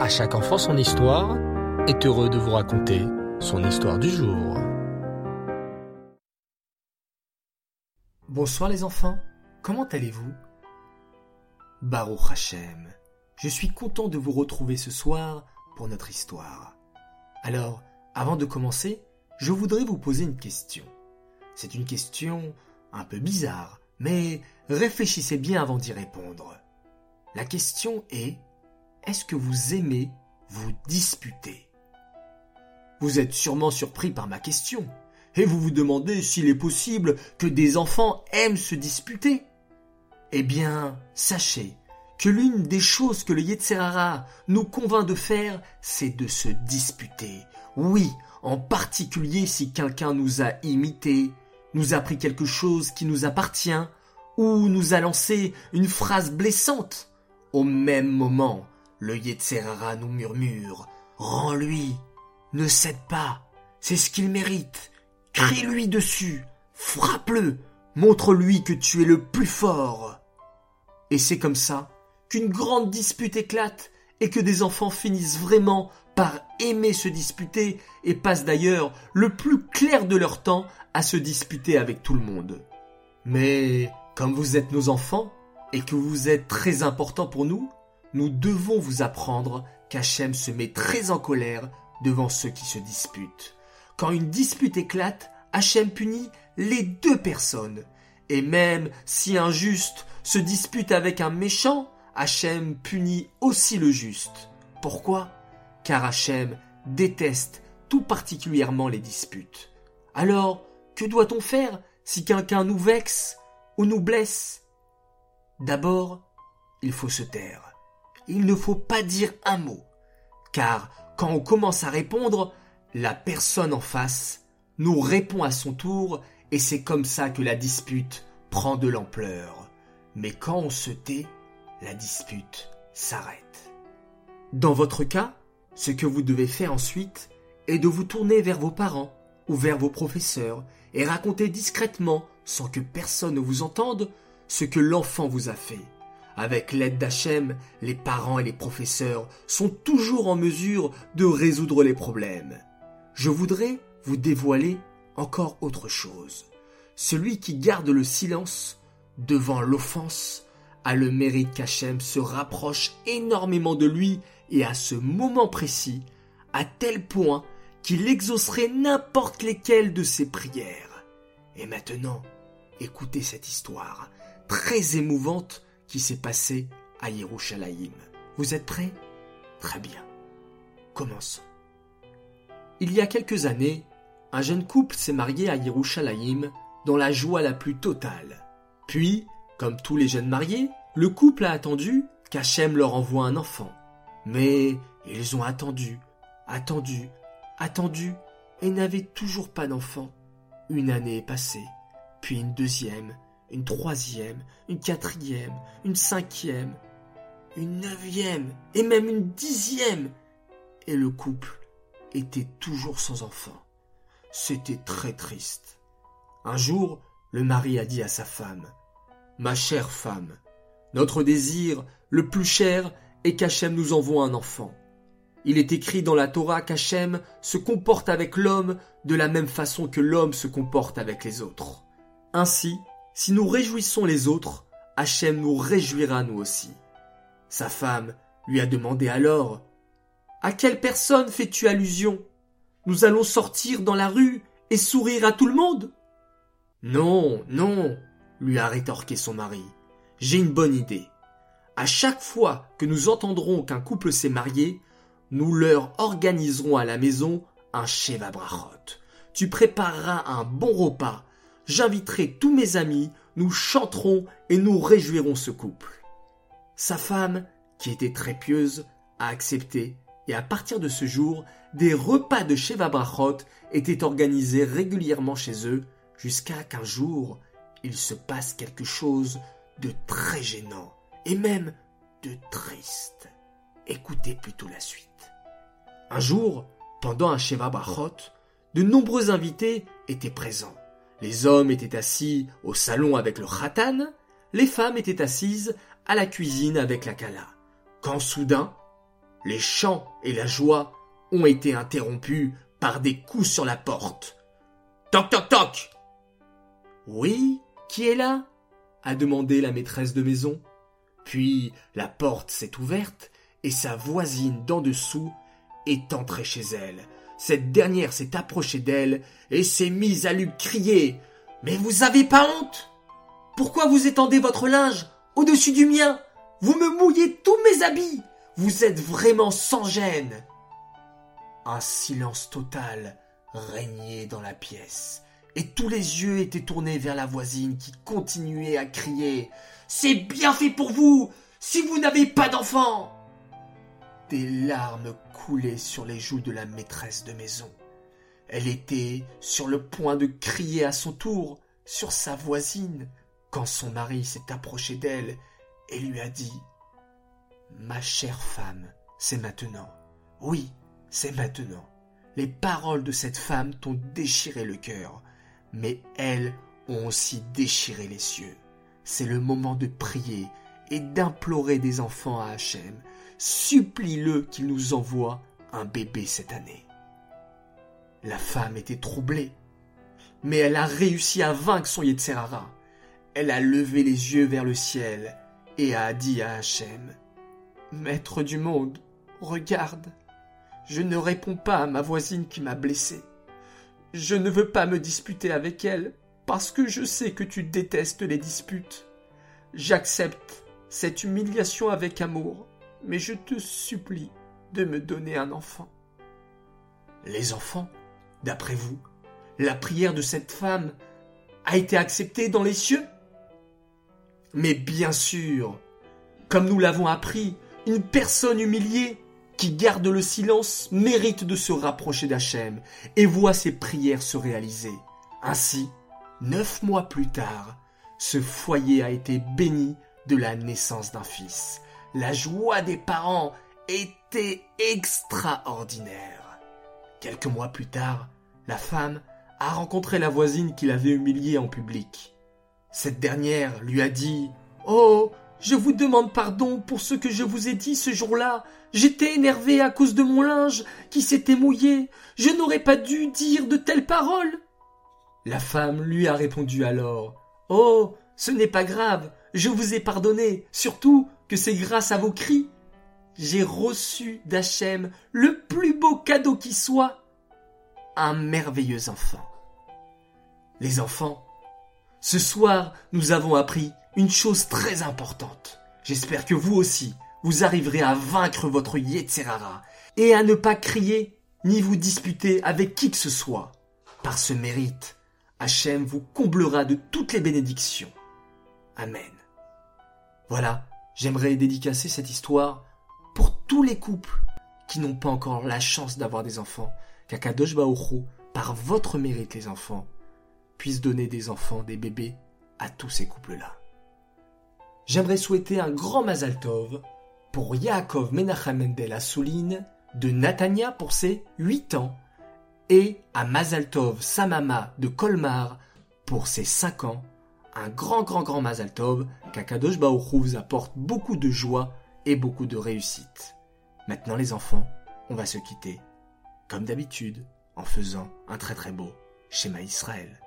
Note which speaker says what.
Speaker 1: À chaque enfant son histoire est heureux de vous raconter son histoire du jour.
Speaker 2: Bonsoir les enfants, comment allez-vous? Baruch Hashem, je suis content de vous retrouver ce soir pour notre histoire. Alors, avant de commencer, je voudrais vous poser une question. C'est une question un peu bizarre, mais réfléchissez bien avant d'y répondre. La question est, est-ce que vous aimez vous disputer? Vous êtes sûrement surpris par ma question, et vous vous demandez s'il est possible que des enfants aiment se disputer. Eh bien, sachez que l'une des choses que le Yetzer Hara nous convainc de faire, c'est de se disputer. Oui, en particulier si quelqu'un nous a imités, nous a pris quelque chose qui nous appartient, ou nous a lancé une phrase blessante. Au même moment, le Yetzer Hara nous murmure « Rends-lui, ne cède pas, c'est ce qu'il mérite, crie-lui dessus, frappe-le, montre-lui que tu es le plus fort !» Et c'est comme ça qu'une grande dispute éclate et que des enfants finissent vraiment par aimer se disputer et passent d'ailleurs le plus clair de leur temps à se disputer avec tout le monde. Mais comme vous êtes nos enfants et que vous êtes très importants pour nous, nous devons vous apprendre qu'Hachem se met très en colère devant ceux qui se disputent. Quand une dispute éclate, Hachem punit les deux personnes. Et même si un juste se dispute avec un méchant, Hachem punit aussi le juste. Pourquoi? Car Hachem déteste tout particulièrement les disputes. Alors, que doit-on faire si quelqu'un nous vexe ou nous blesse? D'abord, il faut se taire. Il ne faut pas dire un mot, car quand on commence à répondre, la personne en face nous répond à son tour et c'est comme ça que la dispute prend de l'ampleur. Mais quand on se tait, la dispute s'arrête. Dans votre cas, ce que vous devez faire ensuite est de vous tourner vers vos parents ou vers vos professeurs et raconter discrètement, sans que personne ne vous entende, ce que l'enfant vous a fait. Avec l'aide d'Hachem, les parents et les professeurs sont toujours en mesure de résoudre les problèmes. Je voudrais vous dévoiler encore autre chose. Celui qui garde le silence devant l'offense a le mérite qu'Hachem se rapproche énormément de lui et à ce moment précis, à tel point qu'il exaucerait n'importe lesquelles de ses prières. Et maintenant, écoutez cette histoire très émouvante qui s'est passée à Yerushalayim. Vous êtes prêts? Très bien. Commençons. Il y a quelques années, un jeune couple s'est marié à Yerushalayim dans la joie la plus totale. Puis, comme tous les jeunes mariés, le couple a attendu qu'Hachem leur envoie un enfant. Mais ils ont attendu et n'avaient toujours pas d'enfant. Une année est passée, puis une deuxième, une troisième, une quatrième, une cinquième, une neuvième et même une 10e. Et le couple était toujours sans enfant. C'était très triste. Un jour, le mari a dit à sa femme « Ma chère femme, notre désir le plus cher est qu'Hachem nous envoie un enfant. Il est écrit dans la Torah qu'Hachem se comporte avec l'homme de la même façon que l'homme se comporte avec les autres. Ainsi, si nous réjouissons les autres, Hachem nous réjouira nous aussi. » Sa femme lui a demandé alors « À quelle personne fais-tu allusion? Nous allons sortir dans la rue et sourire à tout le monde ?» « Non, non, » lui a rétorqué son mari. « J'ai une bonne idée. À chaque fois que nous entendrons qu'un couple s'est marié, nous leur organiserons à la maison un Sheva Brachot. Tu prépareras un bon repas. J'inviterai tous mes amis, nous chanterons et nous réjouirons ce couple. » Sa femme, qui était très pieuse, a accepté et à partir de ce jour, des repas de Sheva Brachot étaient organisés régulièrement chez eux jusqu'à qu'un jour, il se passe quelque chose de très gênant et même de triste. Écoutez plutôt la suite. Un jour, pendant un Sheva Brachot, de nombreux invités étaient présents. Les hommes étaient assis au salon avec le Khatan, les femmes étaient assises à la cuisine avec la Kala. Quand soudain, les chants et la joie ont été interrompus par des coups sur la porte. Toc toc toc! Oui, qui est là? A demandé la maîtresse de maison. Puis la porte s'est ouverte et sa voisine d'en dessous est entrée chez elle. Cette dernière s'est approchée d'elle et s'est mise à lui crier « Mais vous avez pas honte? Pourquoi vous étendez votre linge au-dessus du mien? Vous me mouillez tous mes habits! Vous êtes vraiment sans gêne !» Un silence total régnait dans la pièce et tous les yeux étaient tournés vers la voisine qui continuait à crier « C'est bien fait pour vous, si vous n'avez pas d'enfant !» Des larmes coulaient sur les joues de la maîtresse de maison. Elle était sur le point de crier à son tour sur sa voisine quand son mari s'est approché d'elle et lui a dit « Ma chère femme, c'est maintenant. Oui, c'est maintenant. Les paroles de cette femme t'ont déchiré le cœur, mais elles ont aussi déchiré les cieux. C'est le moment de prier et d'implorer des enfants à Hachem. Supplie-le qu'il nous envoie un bébé cette année. » La femme était troublée, mais elle a réussi à vaincre son Yetzer Hara. Elle a levé les yeux vers le ciel et a dit à Hachem « Maître du monde, regarde, je ne réponds pas à ma voisine qui m'a blessé. Je ne veux pas me disputer avec elle parce que je sais que tu détestes les disputes. J'accepte cette humiliation avec amour, mais je te supplie de me donner un enfant. » Les enfants, d'après vous, la prière de cette femme a été acceptée dans les cieux? Mais bien sûr, comme nous l'avons appris, une personne humiliée qui garde le silence mérite de se rapprocher d'Hachem et voit ses prières se réaliser. Ainsi, 9 mois plus tard, ce foyer a été béni de la naissance d'un fils. La joie des parents était extraordinaire. Quelques mois plus tard, la femme a rencontré la voisine qui l'avait humiliée en public. Cette dernière lui a dit « Oh, je vous demande pardon pour ce que je vous ai dit ce jour-là. J'étais énervée à cause de mon linge qui s'était mouillé. Je n'aurais pas dû dire de telles paroles. » La femme lui a répondu alors « Oh, ce n'est pas grave, je vous ai pardonné, surtout que c'est grâce à vos cris. J'ai reçu d'Hachem le plus beau cadeau qui soit, un merveilleux enfant. » Les enfants, ce soir, nous avons appris une chose très importante. J'espère que vous aussi, vous arriverez à vaincre votre Yetzer Hara et à ne pas crier ni vous disputer avec qui que ce soit. Par ce mérite, Hachem vous comblera de toutes les bénédictions. Amen. Voilà, j'aimerais dédicacer cette histoire pour tous les couples qui n'ont pas encore la chance d'avoir des enfants, qu'Akadosh Baruch Hu, par votre mérite les enfants, puisse donner des enfants, des bébés à tous ces couples-là. J'aimerais souhaiter un grand Mazal Tov pour Yaakov Menachem Mendel Assouline de Natania pour ses 8 ans et à Mazal Tov Samama de Colmar pour ses 5 ans. Un grand Mazal Tov, qu'Akadosh Baruch Hu vous apporte beaucoup de joie et beaucoup de réussite. Maintenant les enfants, on va se quitter, comme d'habitude, en faisant un très beau Shema Israël.